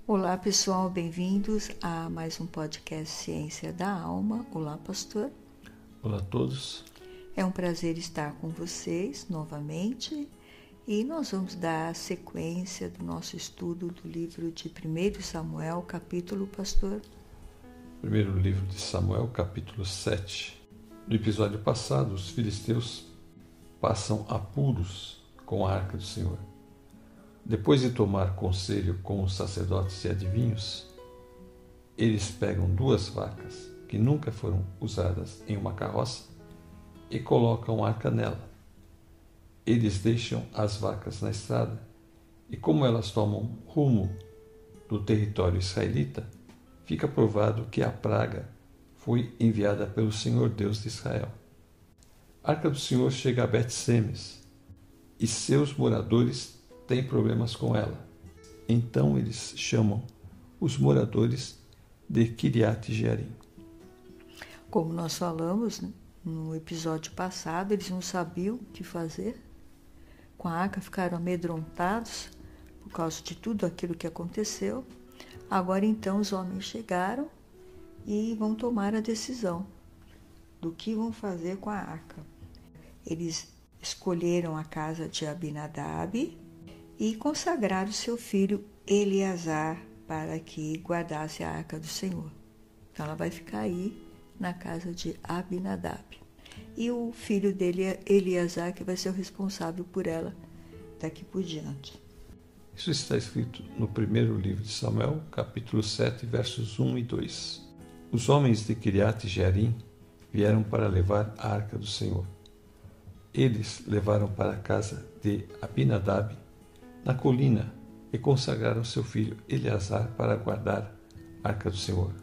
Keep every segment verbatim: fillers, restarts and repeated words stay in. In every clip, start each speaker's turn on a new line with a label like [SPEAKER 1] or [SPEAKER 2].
[SPEAKER 1] Olá pessoal, bem-vindos a mais um podcast Ciência da Alma. Olá pastor.
[SPEAKER 2] Olá a todos.
[SPEAKER 1] É um prazer estar com vocês novamente e nós vamos dar sequência do nosso estudo do livro de primeiro Samuel, capítulo, pastor.
[SPEAKER 2] Primeiro livro de Samuel, capítulo sete. No episódio passado, os filisteus passam apuros com a arca do Senhor. Depois de tomar conselho com os sacerdotes e adivinhos, eles pegam duas vacas que nunca foram usadas em uma carroça e colocam a arca nela. Eles deixam as vacas na estrada e, como elas tomam rumo do território israelita, fica provado que a praga foi enviada pelo Senhor Deus de Israel. A arca do Senhor chega a Bet-Semes e seus moradores têm problemas com ela. Então eles chamam os moradores de Kiriat Jearim.
[SPEAKER 1] Como nós falamos no episódio passado, eles não sabiam o que fazer com a arca, ficaram amedrontados por causa de tudo aquilo que aconteceu. Agora então os homens chegaram e vão tomar a decisão do que vão fazer com a arca. Eles escolheram a casa de Abinadab e consagraram seu filho Eleazar para que guardasse a arca do Senhor. Então ela vai ficar aí na casa de Abinadab. E o filho dele é Eleazar, que vai ser o responsável por ela daqui por diante.
[SPEAKER 2] Isso está escrito no primeiro livro de Samuel, capítulo sete, versos um e dois. Os homens de Kiriat Jearim vieram para levar a arca do Senhor. Eles levaram para a casa de Abinadab, na colina, e consagraram seu filho Eleazar para guardar a arca do Senhor.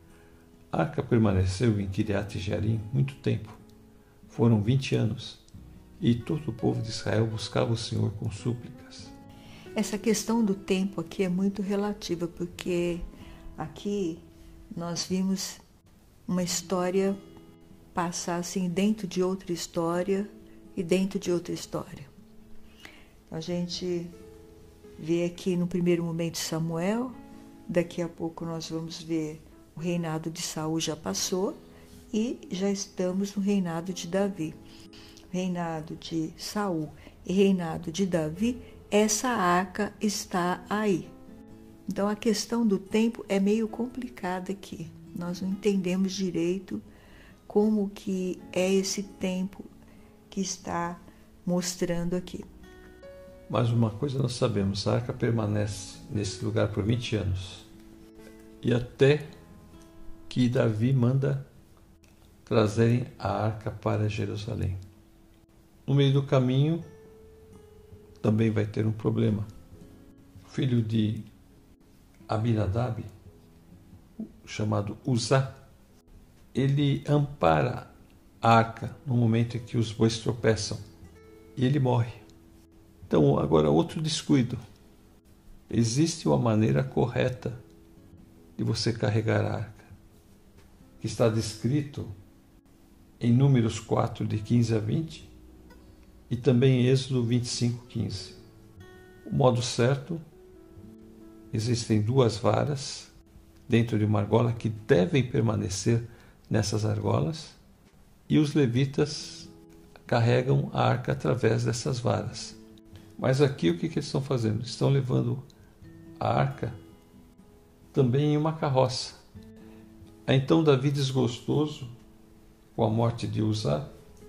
[SPEAKER 2] A arca permaneceu em Kiriat Jearim muito tempo. Foram vinte anos, e todo o povo de Israel buscava o Senhor com súplicas.
[SPEAKER 1] Essa questão do tempo aqui é muito relativa, porque aqui nós vimos uma história passar assim dentro de outra história e dentro de outra história. A gente vê aqui no primeiro momento Samuel, daqui a pouco nós vamos ver o reinado de Saul já passou e já estamos no reinado de Davi. Reinado de Saul e reinado de Davi, essa arca está aí. Então a questão do tempo é meio complicada aqui. Nós não entendemos direito como que é esse tempo que está mostrando aqui.
[SPEAKER 2] Mas uma coisa nós sabemos, a arca permanece nesse lugar por vinte anos. E até que Davi manda trazerem a arca para Jerusalém. No meio do caminho, também vai ter um problema. O filho de Abinadab, chamado Uzá, ele ampara a arca no momento em que os bois tropeçam e ele morre. Então, agora outro descuido. Existe uma maneira correta de você carregar a arca, que está descrito em Números quatro, de quinze a vinte, e também em Êxodo vinte e cinco, quinze. O modo certo, existem duas varas dentro de uma argola que devem permanecer nessas argolas, e os levitas carregam a arca através dessas varas. Mas aqui o que, que eles estão fazendo? Estão levando a arca também em uma carroça. Então Davi, desgostoso com a morte de Uzá,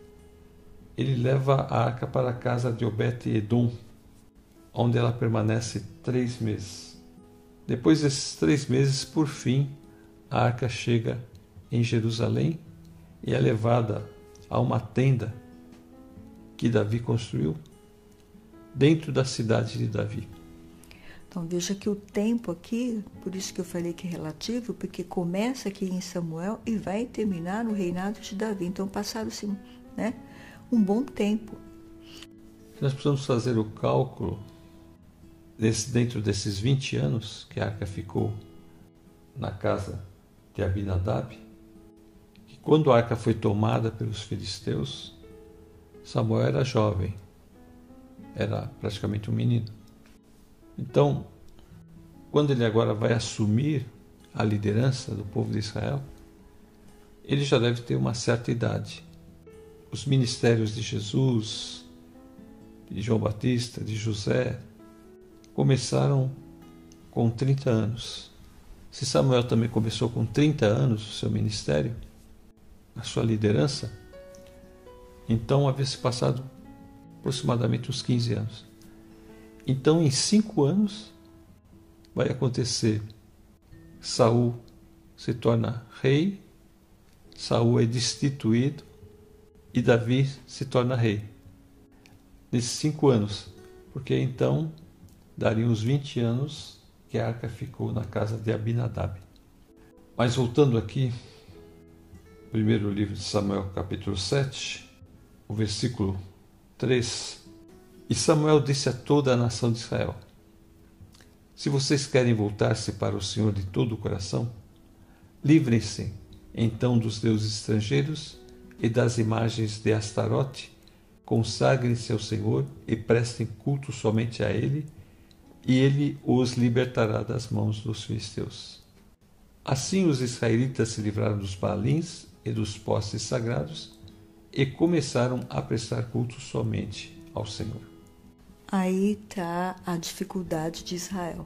[SPEAKER 2] ele leva a arca para a casa de Obed-Edom, onde ela permanece três meses. Depois desses três meses, por fim, a arca chega em Jerusalém e é levada a uma tenda que Davi construiu dentro da cidade de Davi.
[SPEAKER 1] Então veja que o tempo aqui, por isso que eu falei que é relativo, porque começa aqui em Samuel e vai terminar no reinado de Davi. Então passaram-se, né, um bom tempo.
[SPEAKER 2] Nós precisamos fazer o cálculo desse, dentro desses vinte anos que a arca ficou na casa de Abinadab, que quando a arca foi tomada pelos filisteus, Samuel era jovem, era praticamente um menino. Então, quando ele agora vai assumir a liderança do povo de Israel, ele já deve ter uma certa idade. Os ministérios de Jesus, de João Batista, de José, começaram com trinta anos. Se Samuel também começou com trinta anos o seu ministério, a sua liderança, então havia se passado aproximadamente uns quinze anos. Então, em cinco anos, vai acontecer: Saul se torna rei, Saul é destituído e Davi se torna rei. Nesses cinco anos, porque então dariam uns vinte anos que a arca ficou na casa de Abinadab. Mas voltando aqui, primeiro livro de Samuel, capítulo sete, o versículo três. E Samuel disse a toda a nação de Israel: se vocês querem voltar-se para o Senhor de todo o coração, livrem-se então dos deuses estrangeiros e das imagens de Astarote, consagrem-se ao Senhor e prestem culto somente a Ele, e Ele os libertará das mãos dos filisteus. Assim os israelitas se livraram dos Baalins e dos postes sagrados e começaram a prestar culto somente ao Senhor.
[SPEAKER 1] Aí está a dificuldade de Israel.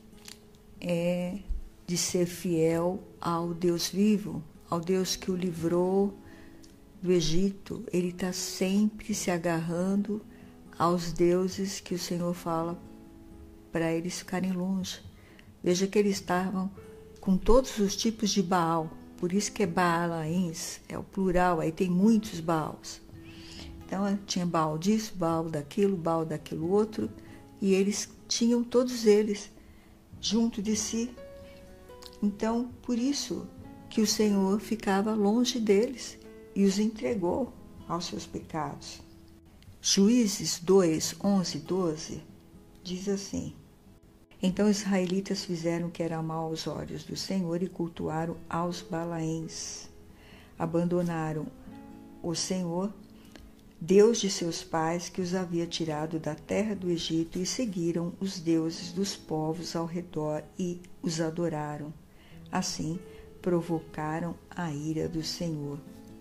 [SPEAKER 1] É de ser fiel ao Deus vivo, ao Deus que o livrou do Egito. Ele está sempre se agarrando aos deuses que o Senhor fala para eles ficarem longe. Veja que eles estavam com todos os tipos de Baal, por isso que é Baalaíns, é o plural, aí tem muitos Baals. Então tinha Baal disso, Baal daquilo, Baal daquilo outro, e eles tinham todos eles junto de si. Então, por isso que o Senhor ficava longe deles e os entregou aos seus pecados. Juízes dois, onze e doze diz assim: então os israelitas fizeram o que era mal aos olhos do Senhor e cultuaram aos Balaíns. Abandonaram o Senhor, Deus de seus pais, que os havia tirado da terra do Egito, e seguiram os deuses dos povos ao redor e os adoraram. Assim, provocaram a ira do Senhor,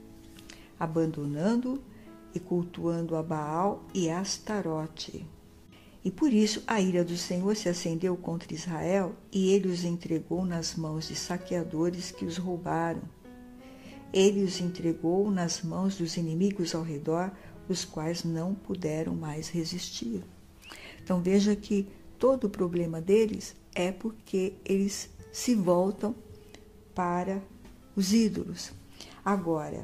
[SPEAKER 1] abandonando e cultuando a Baal e a Astarote. E por isso a ira do Senhor se acendeu contra Israel, e ele os entregou nas mãos de saqueadores que os roubaram. Ele os entregou nas mãos dos inimigos ao redor, os quais não puderam mais resistir. Então veja que todo o problema deles é porque eles se voltam para os ídolos. Agora,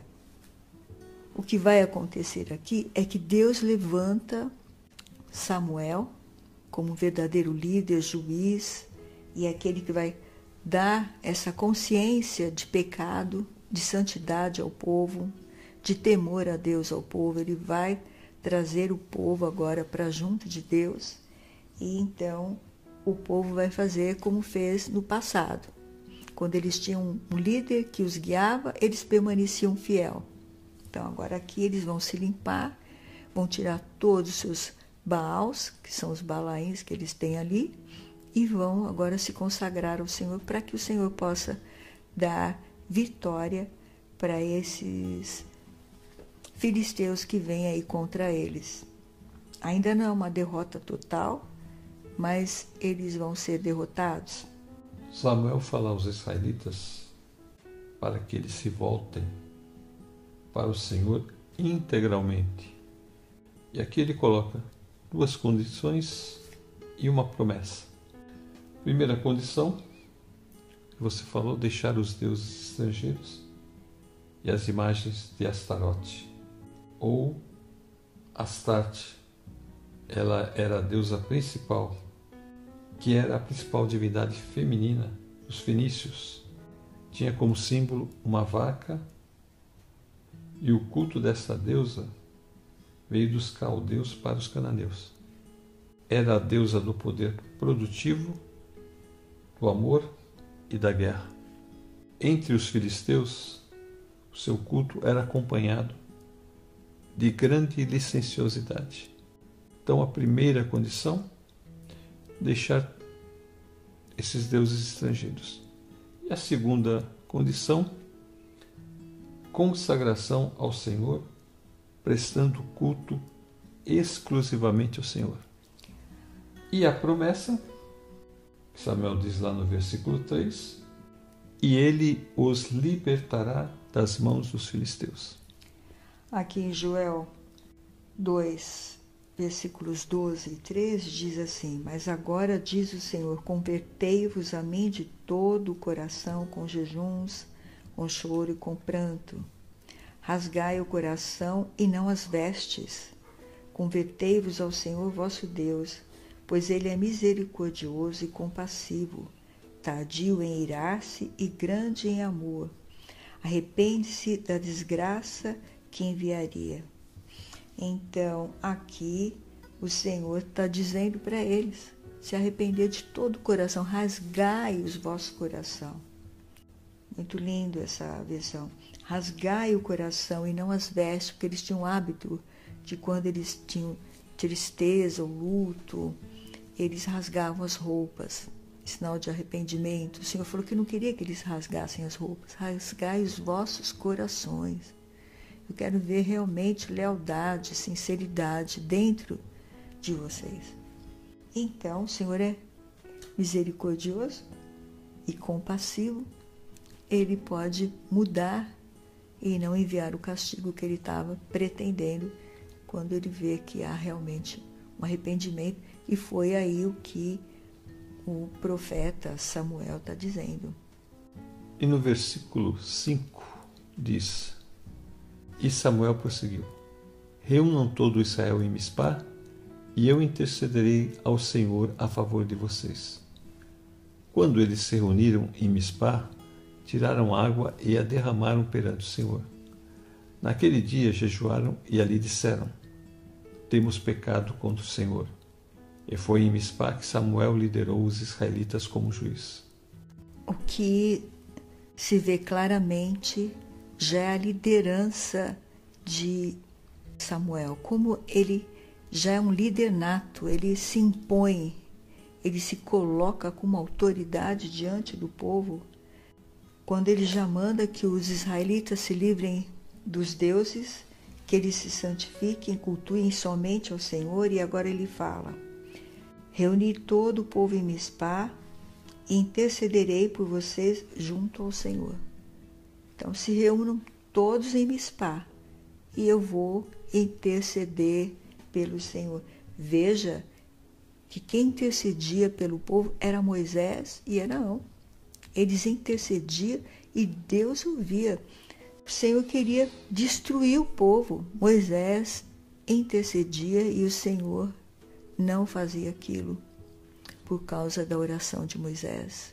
[SPEAKER 1] o que vai acontecer aqui é que Deus levanta Samuel como verdadeiro líder, juiz, e aquele que vai dar essa consciência de pecado, de santidade ao povo, de temor a Deus ao povo. Ele vai trazer o povo agora para junto de Deus, e então o povo vai fazer como fez no passado. Quando eles tinham um líder que os guiava, eles permaneciam fiel. Então agora aqui eles vão se limpar, vão tirar todos os seus Baals, que são os Balaíns que eles têm ali, e vão agora se consagrar ao Senhor, para que o Senhor possa dar vitória para esses filisteus que vêm aí contra eles. Ainda não é uma derrota total, mas eles vão ser derrotados.
[SPEAKER 2] Samuel fala aos israelitas para que eles se voltem para o Senhor integralmente. E aqui ele coloca duas condições e uma promessa. Primeira condição, que você falou, deixar os deuses estrangeiros e as imagens de Astarote, ou Astarte. Ela era a deusa principal, que era a principal divindade feminina dos fenícios. Tinha como símbolo uma vaca, e o culto dessa deusa veio dos caldeus para os cananeus. Era a deusa do poder produtivo, do amor e da guerra. Entre os filisteus, o seu culto era acompanhado de grande licenciosidade. Então, a primeira condição, deixar esses deuses estrangeiros. E a segunda condição, consagração ao Senhor, prestando culto exclusivamente ao Senhor. E a promessa, Samuel diz lá no versículo três, e ele os libertará das mãos dos filisteus.
[SPEAKER 1] Aqui em Joel dois, versículos doze e treze, diz assim: mas agora diz o Senhor, convertei-vos a mim de todo o coração, com jejuns, com choro e com pranto. Rasgai o coração e não as vestes. Convertei-vos ao Senhor vosso Deus, pois ele é misericordioso e compassivo, tardio em irar-se e grande em amor. Arrepende-se da desgraça que enviaria. Então, aqui, o Senhor está dizendo para eles, se arrepender de todo o coração, rasgai os vossos coração. Muito lindo essa versão. Rasgai o coração e não as vestes, porque eles tinham o hábito de quando eles tinham tristeza ou luto, eles rasgavam as roupas, sinal de arrependimento. O Senhor falou que não queria que eles rasgassem as roupas. Rasgai os vossos corações. Eu quero ver realmente lealdade, sinceridade dentro de vocês. Então, o Senhor é misericordioso e compassivo. Ele pode mudar e não enviar o castigo que ele estava pretendendo quando ele vê que há realmente um arrependimento. E foi aí o que o profeta Samuel está dizendo.
[SPEAKER 2] E no versículo cinco diz: e Samuel prosseguiu: reúnam todo Israel em Mispá, e eu intercederei ao Senhor a favor de vocês. Quando eles se reuniram em Mispá, tiraram água e a derramaram perante o Senhor. Naquele dia jejuaram e ali disseram: temos pecado contra o Senhor. E foi em Mispá que Samuel liderou os israelitas como juiz.
[SPEAKER 1] O que se vê claramente já é a liderança de Samuel, como ele já é um líder nato, ele se impõe, ele se coloca como autoridade diante do povo, quando ele já manda que os israelitas se livrem dos deuses, que eles se santifiquem, cultuem somente ao Senhor. E agora ele fala: reuni todo o povo em Mispá e intercederei por vocês junto ao Senhor. Então se reúnam todos em Mispá e eu vou interceder pelo Senhor. Veja que quem intercedia pelo povo era Moisés e Arão. Eles intercediam e Deus ouvia. O Senhor queria destruir o povo. Moisés intercedia e o Senhor não fazia aquilo por causa da oração de Moisés.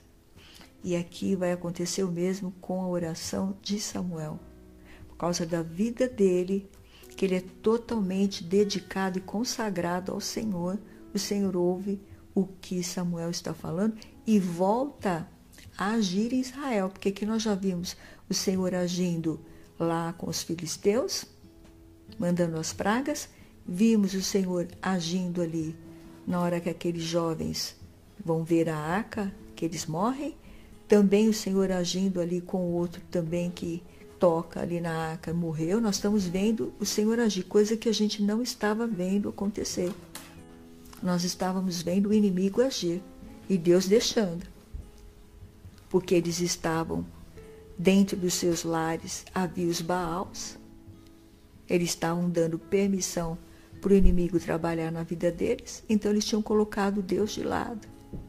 [SPEAKER 1] E aqui vai acontecer o mesmo com a oração de Samuel. Por causa da vida dele, que ele é totalmente dedicado e consagrado ao Senhor, o Senhor ouve o que Samuel está falando e volta a agir em Israel. Porque aqui nós já vimos o Senhor agindo lá com os filisteus, mandando as pragas. Vimos o Senhor agindo ali na hora que aqueles jovens vão ver a arca, que eles morrem. Também o Senhor agindo ali com o outro também que toca ali na arca, morreu. Nós estamos vendo o Senhor agir, coisa que a gente não estava vendo acontecer. Nós estávamos vendo o inimigo agir e Deus deixando. Porque eles estavam dentro dos seus lares, havia os Baals. Eles estavam dando permissão para o inimigo trabalhar na vida deles, então eles tinham colocado Deus de lado.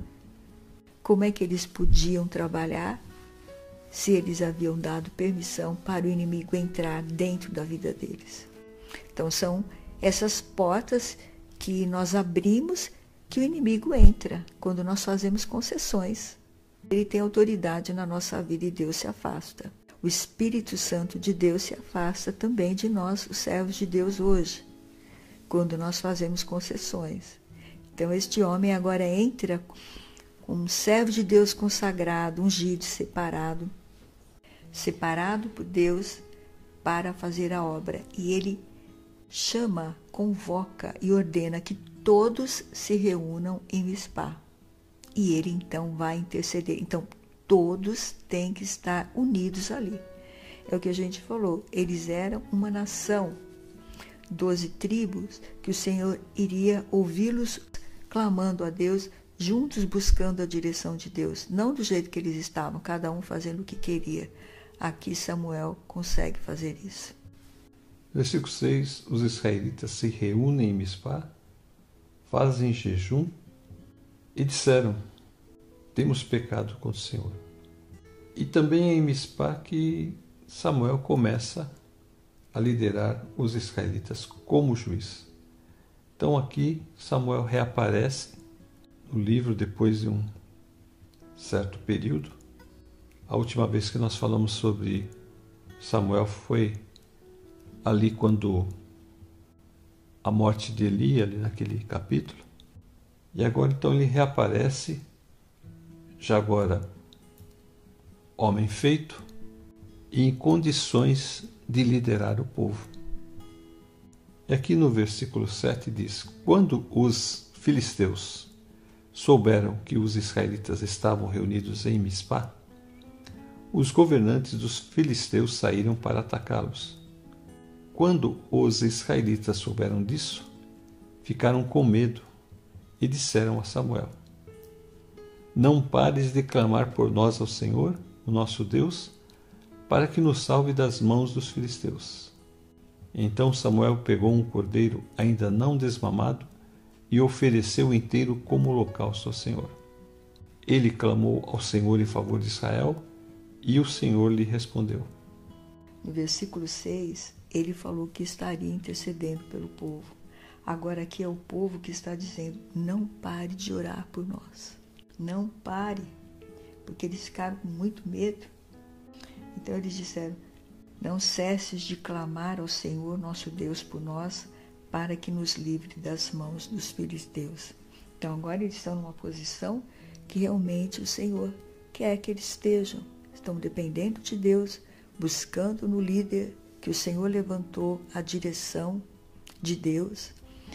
[SPEAKER 1] Como é que eles podiam trabalhar se eles haviam dado permissão para o inimigo entrar dentro da vida deles? Então são essas portas que nós abrimos que o inimigo entra quando nós fazemos concessões. Ele tem autoridade na nossa vida e Deus se afasta. O Espírito Santo de Deus se afasta também de nós, os servos de Deus hoje, quando nós fazemos concessões. Então este homem agora entra como um servo de Deus consagrado, ungido, separado, separado por Deus para fazer a obra. E ele chama, convoca e ordena que todos se reúnam em Mispá. e ele então vai interceder. Então, todos têm que estar unidos ali. É o que a gente falou, eles eram uma nação, doze tribos, que o Senhor iria ouvi-los clamando a Deus, juntos buscando a direção de Deus, não do jeito que eles estavam, cada um fazendo o que queria. Aqui Samuel consegue fazer isso.
[SPEAKER 2] Versículo seis, os israelitas se reúnem em Mispá, fazem jejum e disseram, temos pecado contra o Senhor. E também é em Mispá que Samuel começa a liderar os israelitas como juiz. Então aqui Samuel reaparece no livro depois de um certo período. A última vez que nós falamos sobre Samuel foi ali quando a morte de Eli, ali naquele capítulo. E agora então ele reaparece, já agora homem feito e em condições de liderar o povo. E aqui no versículo sete diz, quando os filisteus souberam que os israelitas estavam reunidos em Mispá, os governantes dos filisteus saíram para atacá-los. Quando os israelitas souberam disso, ficaram com medo e disseram a Samuel, não pares de clamar por nós ao Senhor, o nosso Deus, para que nos salve das mãos dos filisteus. Então Samuel pegou um cordeiro ainda não desmamado e ofereceu inteiro como holocausto ao Senhor. Ele clamou ao Senhor em favor de Israel e o Senhor lhe respondeu.
[SPEAKER 1] No versículo seis, ele falou que estaria intercedendo pelo povo. Agora aqui é o povo que está dizendo, não pare de orar por nós. Não pare, porque eles ficaram com muito medo. Então eles disseram, não cesses de clamar ao Senhor nosso Deus por nós, para que nos livre das mãos dos filisteus. Então agora eles estão numa posição que realmente o Senhor quer que eles estejam. Estão dependendo de Deus, buscando no líder que o Senhor levantou a direção de Deus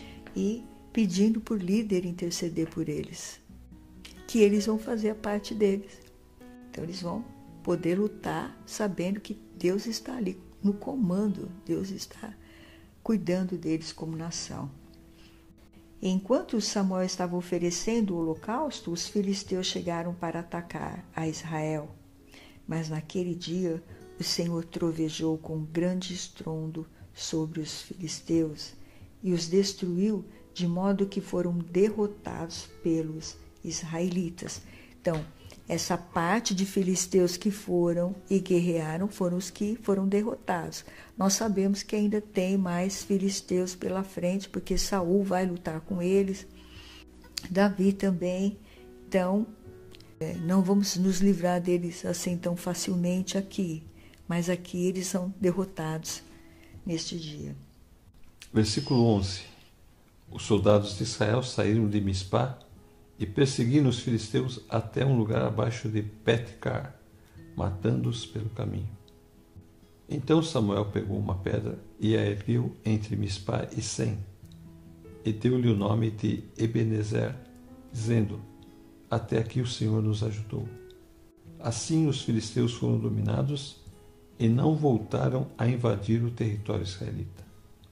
[SPEAKER 1] e pedindo por líder interceder por eles, que eles vão fazer a parte deles. Então eles vão poder lutar sabendo que Deus está ali no comando, Deus está cuidando deles como nação. Enquanto Samuel estava oferecendo o holocausto, os filisteus chegaram para atacar a Israel. Mas naquele dia o Senhor trovejou com grande estrondo sobre os filisteus e os destruiu de modo que foram derrotados pelos israelitas. Então, essa parte de filisteus que foram e guerrearam foram os que foram derrotados. Nós sabemos que ainda tem mais filisteus pela frente, porque Saul vai lutar com eles, Davi também. Então, não vamos nos livrar deles assim tão facilmente aqui, mas aqui eles são derrotados neste dia.
[SPEAKER 2] Versículo onze. Os soldados de Israel saíram de Mispá e perseguiram os filisteus até um lugar abaixo de Bet-car, matando-os pelo caminho. Então Samuel pegou uma pedra e a ergueu entre Mispá e Sem, e deu-lhe o nome de Ebenezer, dizendo, até aqui o Senhor nos ajudou. Assim os filisteus foram dominados e não voltaram a invadir o território israelita.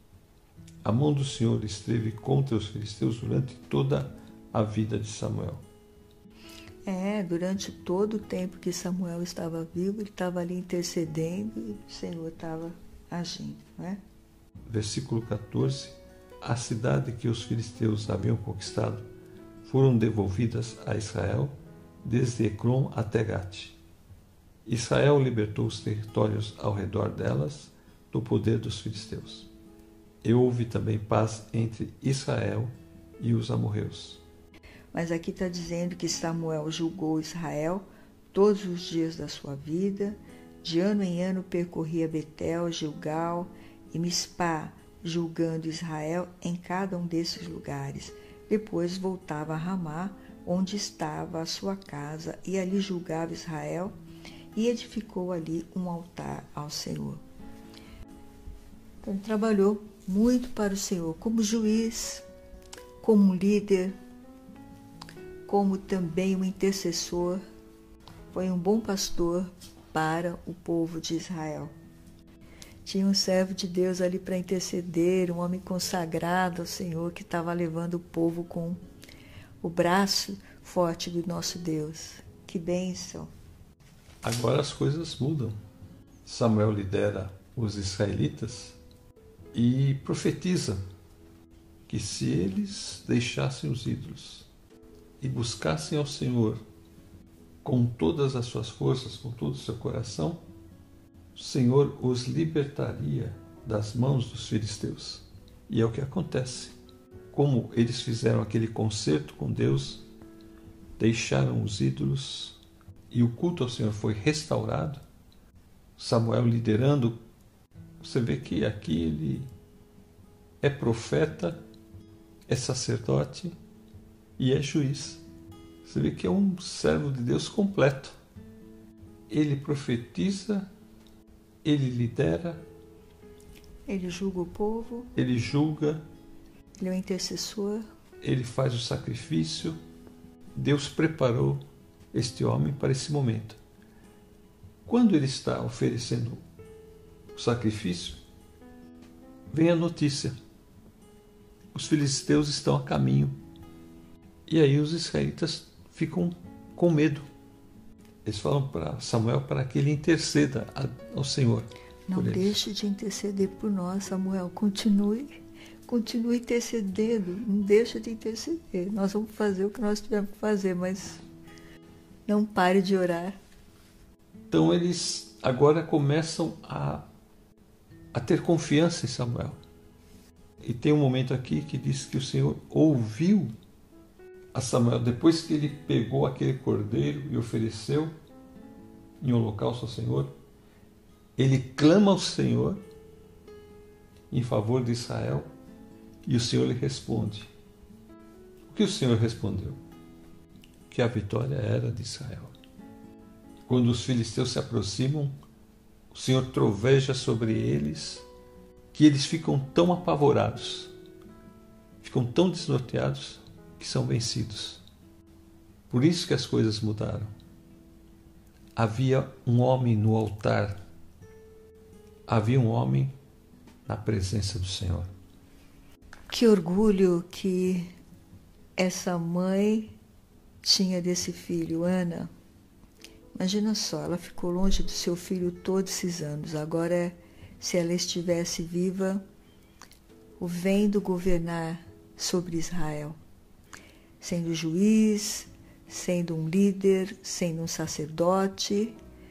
[SPEAKER 2] A mão do Senhor esteve contra os filisteus durante toda a vida de Samuel.
[SPEAKER 1] É, durante todo o tempo que Samuel estava vivo, ele estava ali intercedendo e o Senhor estava agindo, né?
[SPEAKER 2] Versículo quatorze. A cidade que os filisteus haviam conquistado foram devolvidas a Israel, desde Ecrom até Gate. Israel libertou os territórios ao redor delas do poder dos filisteus. E houve também paz entre Israel e os amorreus.
[SPEAKER 1] Mas aqui está dizendo que Samuel julgou Israel todos os dias da sua vida, de ano em ano percorria Betel, Gilgal e Mispá, julgando Israel em cada um desses lugares. Depois voltava a Ramá, onde estava a sua casa, e ali julgava Israel e edificou ali um altar ao Senhor. Então, ele trabalhou muito para o Senhor, como juiz, como líder, como também um intercessor, foi um bom pastor para o povo de Israel. Tinha um servo de Deus ali para interceder, um homem consagrado ao Senhor que estava levando o povo com o braço forte do nosso Deus. Que bênção!
[SPEAKER 2] Agora as coisas mudam. Samuel lidera os israelitas e profetiza que se eles deixassem os ídolos e buscassem ao Senhor com todas as suas forças, com todo o seu coração, o Senhor os libertaria das mãos dos filisteus. E é o que acontece. Como eles fizeram aquele concerto com Deus, deixaram os ídolos e o culto ao Senhor foi restaurado, Samuel liderando, você vê que aqui ele é profeta, é sacerdote e é juiz. Você vê que é um servo de Deus completo. Ele profetiza, ele lidera,
[SPEAKER 1] ele julga o povo,
[SPEAKER 2] ele julga,
[SPEAKER 1] ele é um intercessor,
[SPEAKER 2] ele faz o sacrifício. Deus preparou este homem para esse momento. Quando ele está oferecendo o sacrifício, vem a notícia: os filisteus estão a caminho. E aí os israelitas ficam com medo. Eles falam para Samuel para que ele interceda ao Senhor.
[SPEAKER 1] Não deixe de interceder por nós, Samuel. Continue, continue intercedendo. Não deixe de interceder. Nós vamos fazer o que nós tivermos que fazer, mas não pare de orar.
[SPEAKER 2] Então eles agora começam a, a ter confiança em Samuel. E tem um momento aqui que diz que o Senhor ouviu a Samuel, depois que ele pegou aquele cordeiro e ofereceu em holocausto ao Senhor, ele clama ao Senhor em favor de Israel e o Senhor lhe responde. O que o Senhor respondeu? Que a vitória era de Israel. Quando os filisteus se aproximam, o Senhor troveja sobre eles, que eles ficam tão apavorados, ficam tão desnorteados, que são vencidos. Por isso que as coisas mudaram. Havia um homem no altar, havia um homem na presença do Senhor.
[SPEAKER 1] Que orgulho que essa mãe tinha desse filho, Ana. Imagina só, ela ficou longe do seu filho todos esses anos. Agora, se ela estivesse viva, o vendo governar sobre Israel, sendo juiz, sendo um líder, sendo um sacerdote,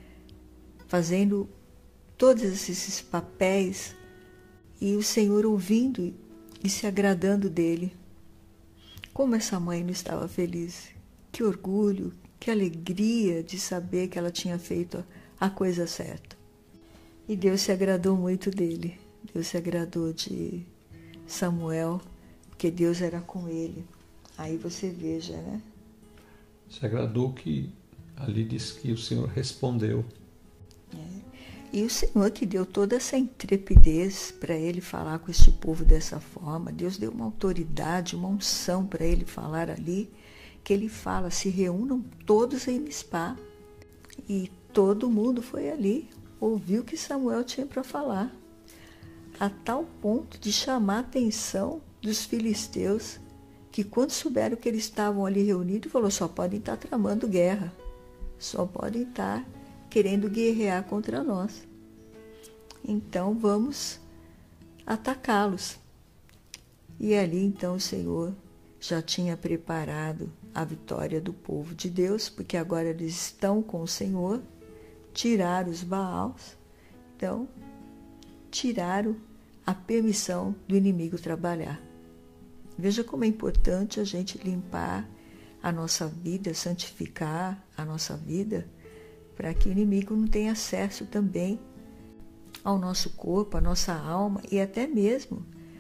[SPEAKER 1] fazendo todos esses papéis, e o Senhor ouvindo e se agradando dele. Como essa mãe não estava feliz? Que orgulho, que alegria de saber que ela tinha feito a coisa certa. E Deus se agradou muito dele. Deus se agradou de Samuel, porque Deus era com ele. Aí você veja, né?
[SPEAKER 2] Se agradou que ali diz que o Senhor respondeu.
[SPEAKER 1] É. E o Senhor que deu toda essa intrepidez para ele falar com este povo dessa forma. Deus deu uma autoridade, uma unção para ele falar ali, que ele fala: se reúnam todos em Mispá. E todo mundo foi ali, ouviu o que Samuel tinha para falar, a tal ponto de chamar a atenção dos filisteus, que quando souberam que eles estavam ali reunidos, falou: só podem estar tramando guerra, só podem estar querendo guerrear contra nós. Então vamos atacá-los. E ali então o Senhor já tinha preparado a vitória do povo de Deus, porque agora eles estão com o Senhor, tiraram os Baals, então tiraram a permissão do inimigo trabalhar. Veja como é importante a gente limpar a nossa vida, santificar a nossa vida, para que o inimigo não tenha acesso também ao nosso corpo, à nossa alma e até mesmo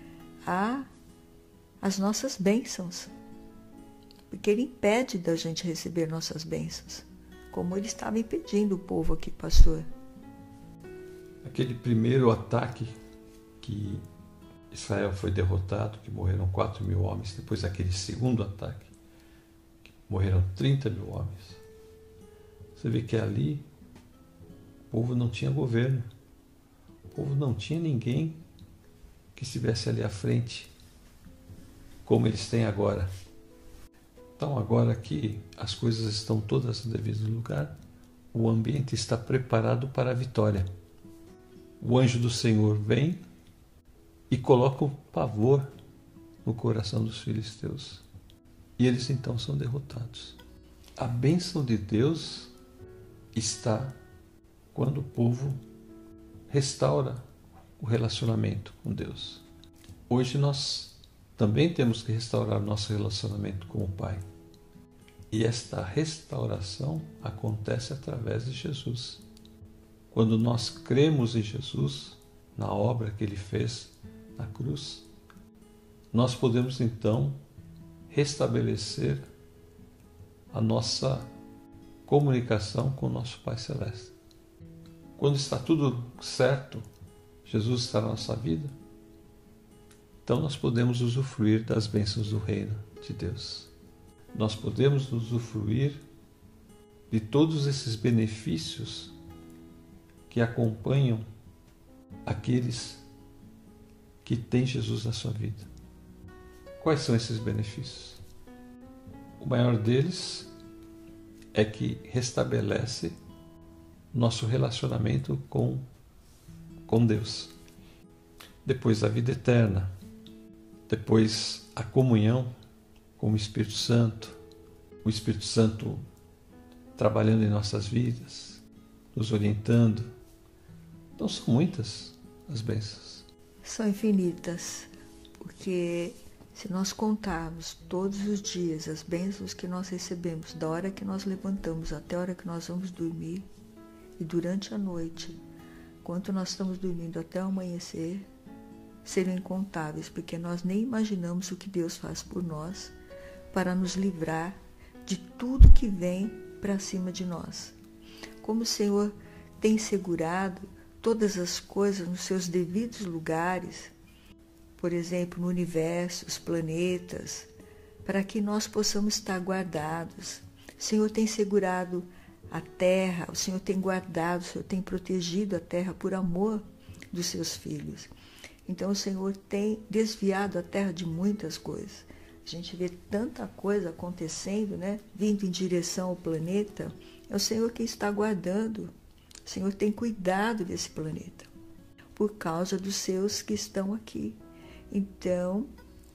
[SPEAKER 1] às nossas bênçãos. Porque ele impede da gente receber nossas bênçãos, como ele estava impedindo o povo aqui, pastor.
[SPEAKER 2] Aquele primeiro ataque que Israel foi derrotado, que morreram quatro mil homens, depois aquele segundo ataque, que morreram trinta mil homens. Você vê que ali o povo não tinha governo, o povo não tinha ninguém que estivesse ali à frente, como eles têm agora. Então, agora que as coisas estão todas no devido lugar, o ambiente está preparado para a vitória. O anjo do Senhor vem e coloca um pavor no coração dos filisteus. E eles então são derrotados. A bênção de Deus está quando o povo restaura o relacionamento com Deus. Hoje nós também temos que restaurar nosso relacionamento com o Pai. E esta restauração acontece através de Jesus. Quando nós cremos em Jesus, na obra que Ele fez na cruz, nós podemos então restabelecer a nossa comunicação com o nosso Pai Celeste. Quando está tudo certo, Jesus está na nossa vida, então nós podemos usufruir das bênçãos do reino de Deus. Nós podemos usufruir de todos esses benefícios que acompanham aqueles que têm Jesus na sua vida. Quais são esses benefícios? O maior deles é que restabelece nosso relacionamento com, com Deus. Depois a vida eterna, depois a comunhão com o Espírito Santo, o Espírito Santo trabalhando em nossas vidas, nos orientando. Então são muitas as bênçãos.
[SPEAKER 1] São infinitas, porque se nós contarmos todos os dias as bênçãos que nós recebemos, da hora que nós levantamos até a hora que nós vamos dormir, e durante a noite, enquanto nós estamos dormindo até o amanhecer, serão incontáveis, porque nós nem imaginamos o que Deus faz por nós para nos livrar de tudo que vem para cima de nós. Como o Senhor tem segurado todas as coisas nos seus devidos lugares, por exemplo, no universo, os planetas, para que nós possamos estar guardados. O Senhor tem segurado a terra, o Senhor tem guardado, o Senhor tem protegido a terra por amor dos seus filhos. Então o Senhor tem desviado a terra de muitas coisas. A gente vê tanta coisa acontecendo, né? Vindo em direção ao planeta. É o Senhor quem está guardando. O Senhor tem cuidado desse planeta, por causa dos seus que estão aqui. Então,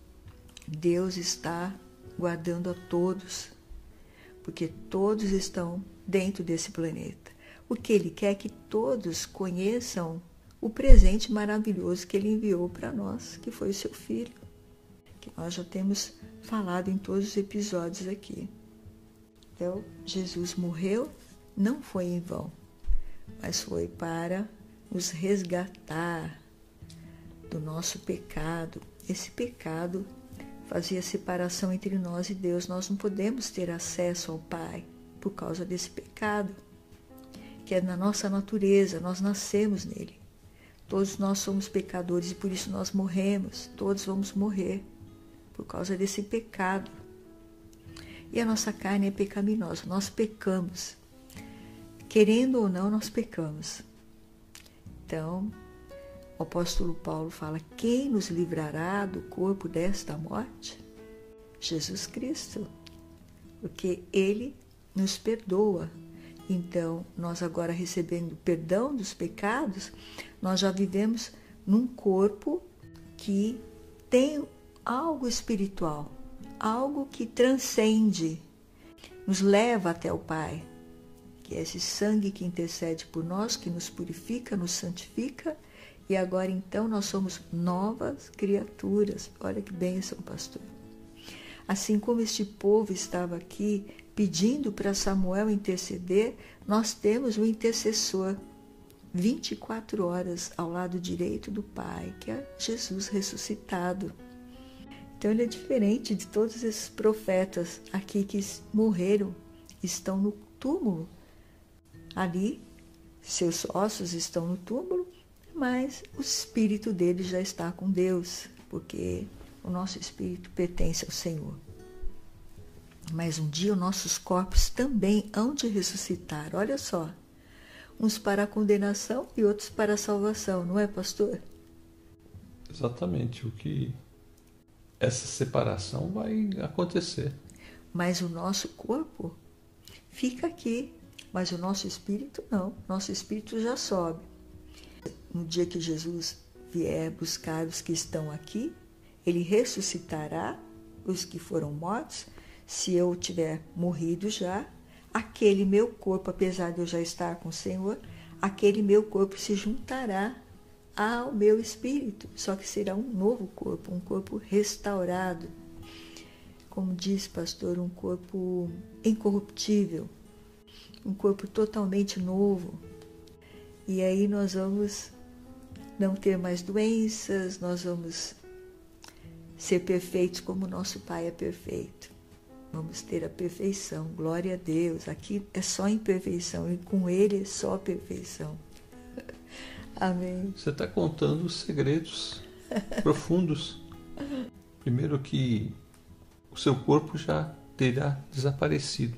[SPEAKER 1] Deus está guardando a todos, porque todos estão dentro desse planeta. O que Ele quer é que todos conheçam o presente maravilhoso que Ele enviou para nós, que foi o seu Filho, que nós já temos falado em todos os episódios aqui. Então, Jesus morreu, não foi em vão, mas foi para nos resgatar do nosso pecado. Esse pecado fazia separação entre nós e Deus. Nós não podemos ter acesso ao Pai por causa desse pecado, que é na nossa natureza, nós nascemos nele. Todos nós somos pecadores e por isso nós morremos, todos vamos morrer por causa desse pecado. E a nossa carne é pecaminosa, nós pecamos. Querendo ou não, nós pecamos. Então, o apóstolo Paulo fala: quem nos livrará do corpo desta morte? Jesus Cristo, porque Ele nos perdoa. Então, nós agora recebendo perdão dos pecados, nós já vivemos num corpo que tem algo espiritual, algo que transcende, nos leva até o Pai, que é esse sangue que intercede por nós, que nos purifica, nos santifica, e agora então nós somos novas criaturas. Olha que bênção, pastor. Assim como este povo estava aqui pedindo para Samuel interceder, nós temos um intercessor vinte e quatro horas ao lado direito do Pai, que é Jesus ressuscitado. Então ele é diferente de todos esses profetas aqui que morreram, estão no túmulo. Ali, seus ossos estão no túmulo, mas o espírito dele já está com Deus, porque o nosso espírito pertence ao Senhor. Mas um dia os nossos corpos também hão de ressuscitar. Olha só, uns para a condenação e outros para a salvação, não é, pastor?
[SPEAKER 2] Exatamente, o que essa separação vai acontecer.
[SPEAKER 1] Mas o nosso corpo fica aqui, mas o nosso espírito não. Nosso espírito já sobe. No dia que Jesus vier buscar os que estão aqui, ele ressuscitará os que foram mortos. Se eu tiver morrido já, aquele meu corpo, apesar de eu já estar com o Senhor, aquele meu corpo se juntará ao meu espírito, só que será um novo corpo, um corpo restaurado. Como diz pastor, um corpo incorruptível, um corpo totalmente novo. E aí nós vamos não ter mais doenças, nós vamos ser perfeitos como nosso Pai é perfeito. Vamos ter a perfeição, glória a Deus. Aqui é só imperfeição e com Ele é só perfeição. Amém.
[SPEAKER 2] Você está contando os segredos profundos. Primeiro que o seu corpo já terá desaparecido.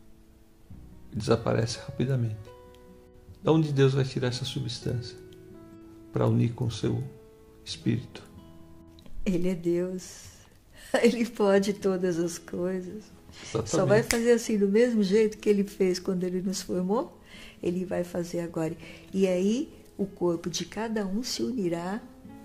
[SPEAKER 2] Desaparece rapidamente. De onde Deus vai tirar essa substância? Para unir com o seu espírito.
[SPEAKER 1] Ele é Deus. Ele pode todas as coisas.
[SPEAKER 2] Exatamente.
[SPEAKER 1] Só vai fazer assim do mesmo jeito que Ele fez quando Ele nos formou. Ele vai fazer agora. E aí o corpo de cada um se unirá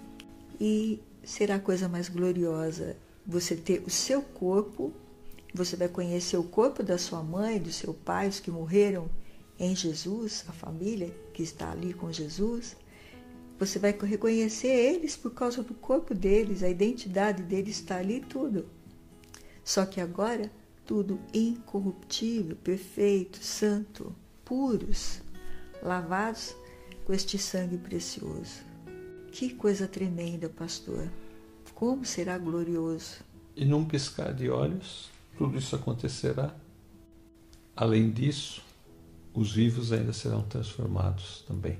[SPEAKER 1] e será a coisa mais gloriosa. Você ter o seu corpo, você vai conhecer o corpo da sua mãe, do seu pai, os que morreram em Jesus, a família que está ali com Jesus. Você vai reconhecer eles por causa do corpo deles, a identidade deles está ali, tudo. Só que agora, tudo incorruptível, perfeito, santo, puros, lavados com este sangue precioso. Que coisa tremenda, pastor. Como será glorioso.
[SPEAKER 2] E num piscar de olhos, tudo isso acontecerá. Além disso, os vivos ainda serão transformados também.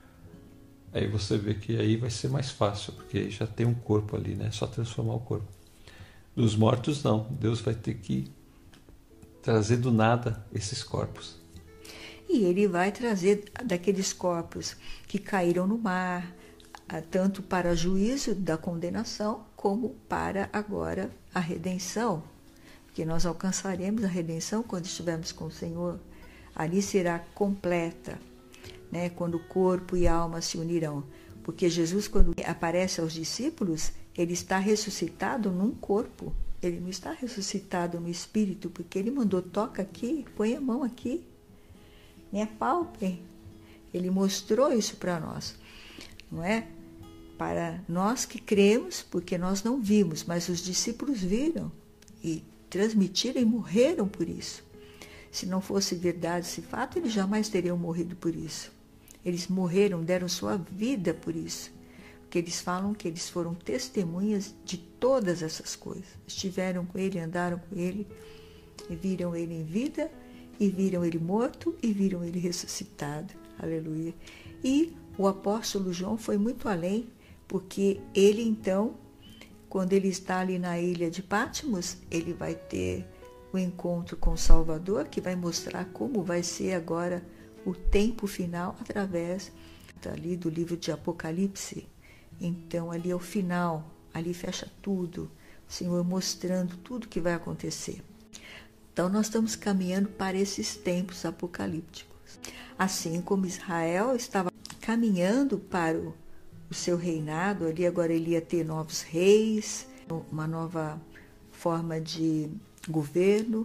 [SPEAKER 2] Aí você vê que aí vai ser mais fácil, porque aí já tem um corpo ali, né? É só transformar o corpo. Dos mortos, não. Deus vai ter que trazer do nada esses corpos.
[SPEAKER 1] E Ele vai trazer daqueles corpos que caíram no mar, tanto para juízo da condenação, como para agora a redenção. Porque nós alcançaremos a redenção quando estivermos com o Senhor. Ali será completa. Né, quando o corpo e a alma se unirão. Porque Jesus, quando aparece aos discípulos, ele está ressuscitado num corpo. Ele não está ressuscitado no espírito, porque ele mandou, toca aqui, põe a mão aqui, me apalpem. Ele mostrou isso para nós, não é? Para nós que cremos, porque nós não vimos, mas os discípulos viram e transmitiram e morreram por isso. Se não fosse verdade esse fato, eles jamais teriam morrido por isso. Eles morreram, deram sua vida por isso. Porque eles falam que eles foram testemunhas de todas essas coisas. Estiveram com ele, andaram com ele, e viram ele em vida, e viram ele morto, e viram ele ressuscitado. Aleluia. E o apóstolo João foi muito além, porque ele então, quando ele está ali na ilha de Patmos, ele vai ter o encontro com o Salvador, que vai mostrar como vai ser agora o tempo final através ali do livro de Apocalipse. Então ali é o final, ali fecha tudo, o Senhor mostrando tudo que vai acontecer. Então nós estamos caminhando para esses tempos apocalípticos. Assim como Israel estava caminhando para o, o seu reinado, ali agora ele ia ter novos reis, uma nova forma de governo.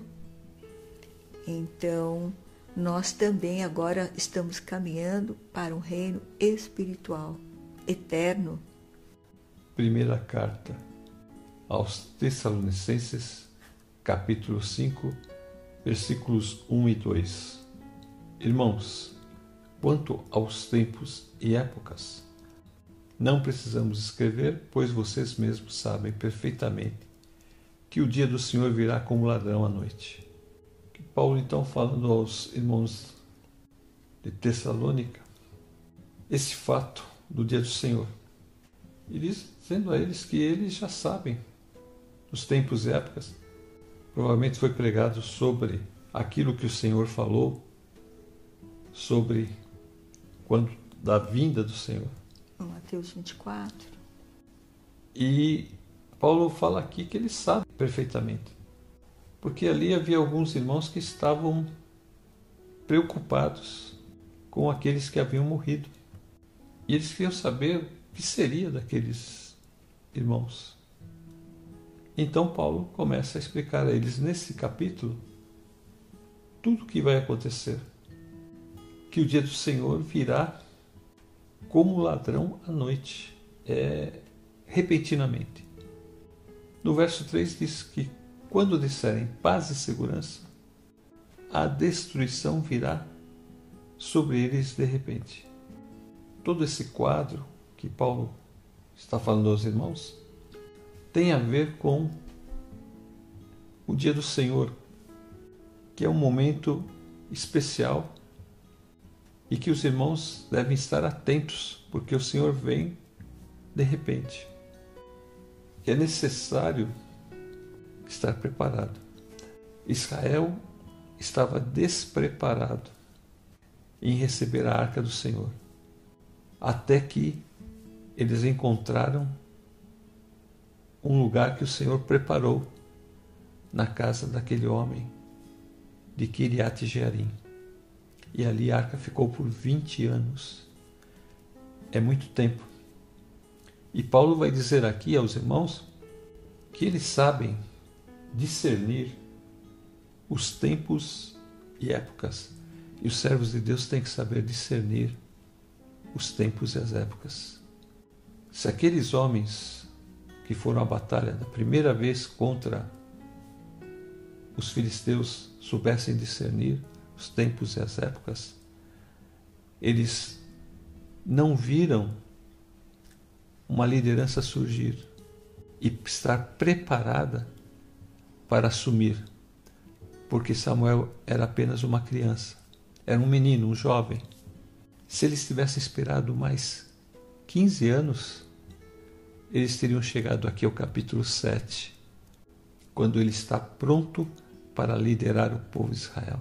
[SPEAKER 1] Então nós também agora estamos caminhando para um reino espiritual, eterno.
[SPEAKER 2] Primeira carta aos Tessalonicenses, capítulo cinco, versículos um e dois. Irmãos, quanto aos tempos e épocas, não precisamos escrever, pois vocês mesmos sabem perfeitamente que o dia do Senhor virá como ladrão à noite. Paulo, então, falando aos irmãos de Tessalônica, esse fato do dia do Senhor, e dizendo a eles que eles já sabem os tempos e épocas, provavelmente foi pregado sobre aquilo que o Senhor falou, sobre quando da vinda do Senhor.
[SPEAKER 1] Mateus vinte e quatro.
[SPEAKER 2] E Paulo fala aqui que ele sabe perfeitamente, porque ali havia alguns irmãos que estavam preocupados com aqueles que haviam morrido. E eles queriam saber o que seria daqueles irmãos. Então Paulo começa a explicar a eles nesse capítulo tudo o que vai acontecer. Que o dia do Senhor virá como ladrão à noite, é, repentinamente. No verso três diz que quando disserem paz e segurança, a destruição virá sobre eles de repente. Todo esse quadro que Paulo está falando aos irmãos tem a ver com o dia do Senhor, que é um momento especial e que os irmãos devem estar atentos, porque o Senhor vem de repente. É necessário estar preparado. Israel estava despreparado em receber a arca do Senhor, até que eles encontraram um lugar que o Senhor preparou na casa daquele homem de Kiriat Jearim. E ali a arca ficou por vinte anos. É muito tempo. E Paulo vai dizer aqui aos irmãos que eles sabem discernir os tempos e épocas. E os servos de Deus têm que saber discernir os tempos e as épocas. Se aqueles homens que foram à batalha da primeira vez contra os filisteus soubessem discernir os tempos e as épocas, eles não viram uma liderança surgir e estar preparada para assumir, porque Samuel era apenas uma criança, era um menino, um jovem. Se eles tivessem esperado mais quinze anos, eles teriam chegado aqui ao capítulo sete, quando ele está pronto para liderar o povo de Israel.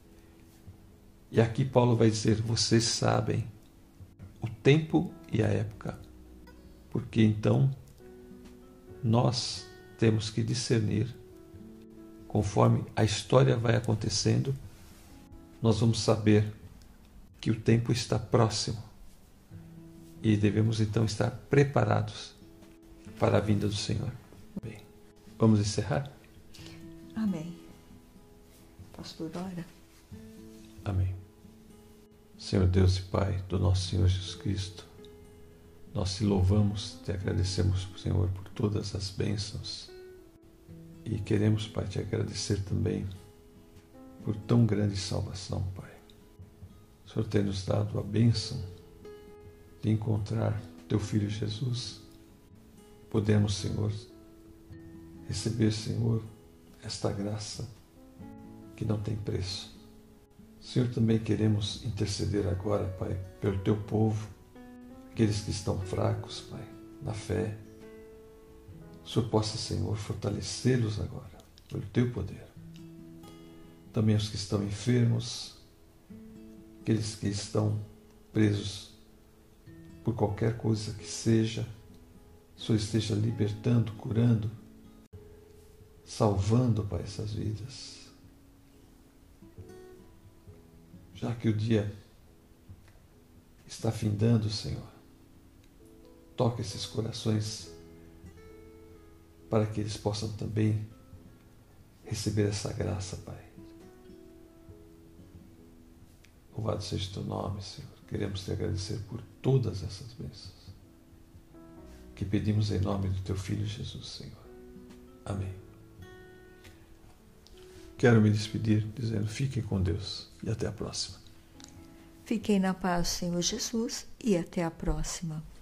[SPEAKER 2] E aqui Paulo vai dizer, vocês sabem o tempo e a época, porque então nós temos que discernir. Conforme a história vai acontecendo, nós vamos saber que o tempo está próximo e devemos então estar preparados para a vinda do Senhor. Bem, vamos encerrar?
[SPEAKER 1] Amém. Pastor, ora.
[SPEAKER 2] Amém. Senhor Deus e Pai do nosso Senhor Jesus Cristo, nós te louvamos, te agradecemos, Senhor, por todas as bênçãos e queremos, Pai, te agradecer também por tão grande salvação, Pai. O Senhor tem nos dado a bênção de encontrar Teu Filho Jesus. Podemos, Senhor, receber, Senhor, esta graça que não tem preço. Senhor, também queremos interceder agora, Pai, pelo Teu povo, aqueles que estão fracos, Pai, na fé. O Senhor possa, Senhor, fortalecê-los agora, pelo Teu poder. Também os que estão enfermos, aqueles que estão presos por qualquer coisa que seja, o Senhor esteja libertando, curando, salvando, Pai, essas vidas. Já que o dia está findando, Senhor, toca esses corações para que eles possam também receber essa graça, Pai. Louvado seja o Teu nome, Senhor. Queremos Te agradecer por todas essas bênçãos que pedimos em nome do Teu Filho Jesus, Senhor. Amém. Quero me despedir dizendo, fiquem com Deus e até a próxima.
[SPEAKER 1] Fiquem na paz, Senhor Jesus, e até a próxima.